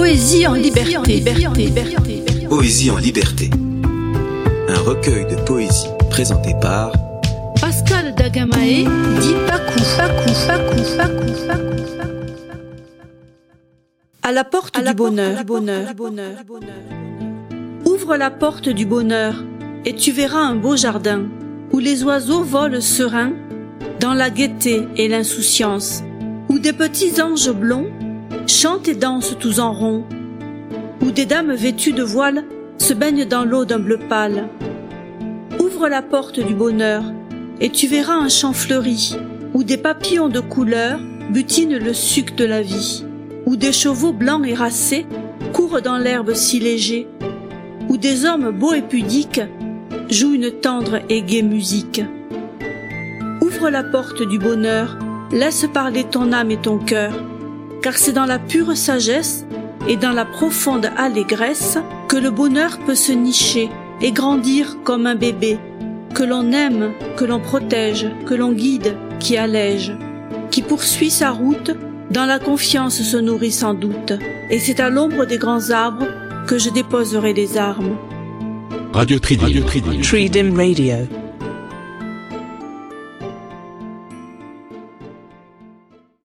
Poésie en liberté. Poésie en liberté. Un recueil de poésie présenté par Pascal Dagamae dit Pacou. À la porte du bonheur. Ouvre la porte du bonheur et tu verras un beau jardin où les oiseaux volent sereins dans la gaieté et l'insouciance, où des petits anges blonds chantent et dansent tous en rond, où des dames vêtues de voile se baignent dans l'eau d'un bleu pâle. Ouvre la porte du bonheur et tu verras un champ fleuri, où des papillons de couleur butinent le suc de la vie, où des chevaux blancs et racés courent dans l'herbe si léger, où des hommes beaux et pudiques jouent une tendre et gaie musique. Ouvre la porte du bonheur, laisse parler ton âme et ton cœur, car c'est dans la pure sagesse et dans la profonde allégresse que le bonheur peut se nicher et grandir comme un bébé, que l'on aime, que l'on protège, que l'on guide, qui allège, qui poursuit sa route, dans la confiance se nourrit sans doute, et c'est à l'ombre des grands arbres que je déposerai les armes. Radio Tridim. Tridim Radio.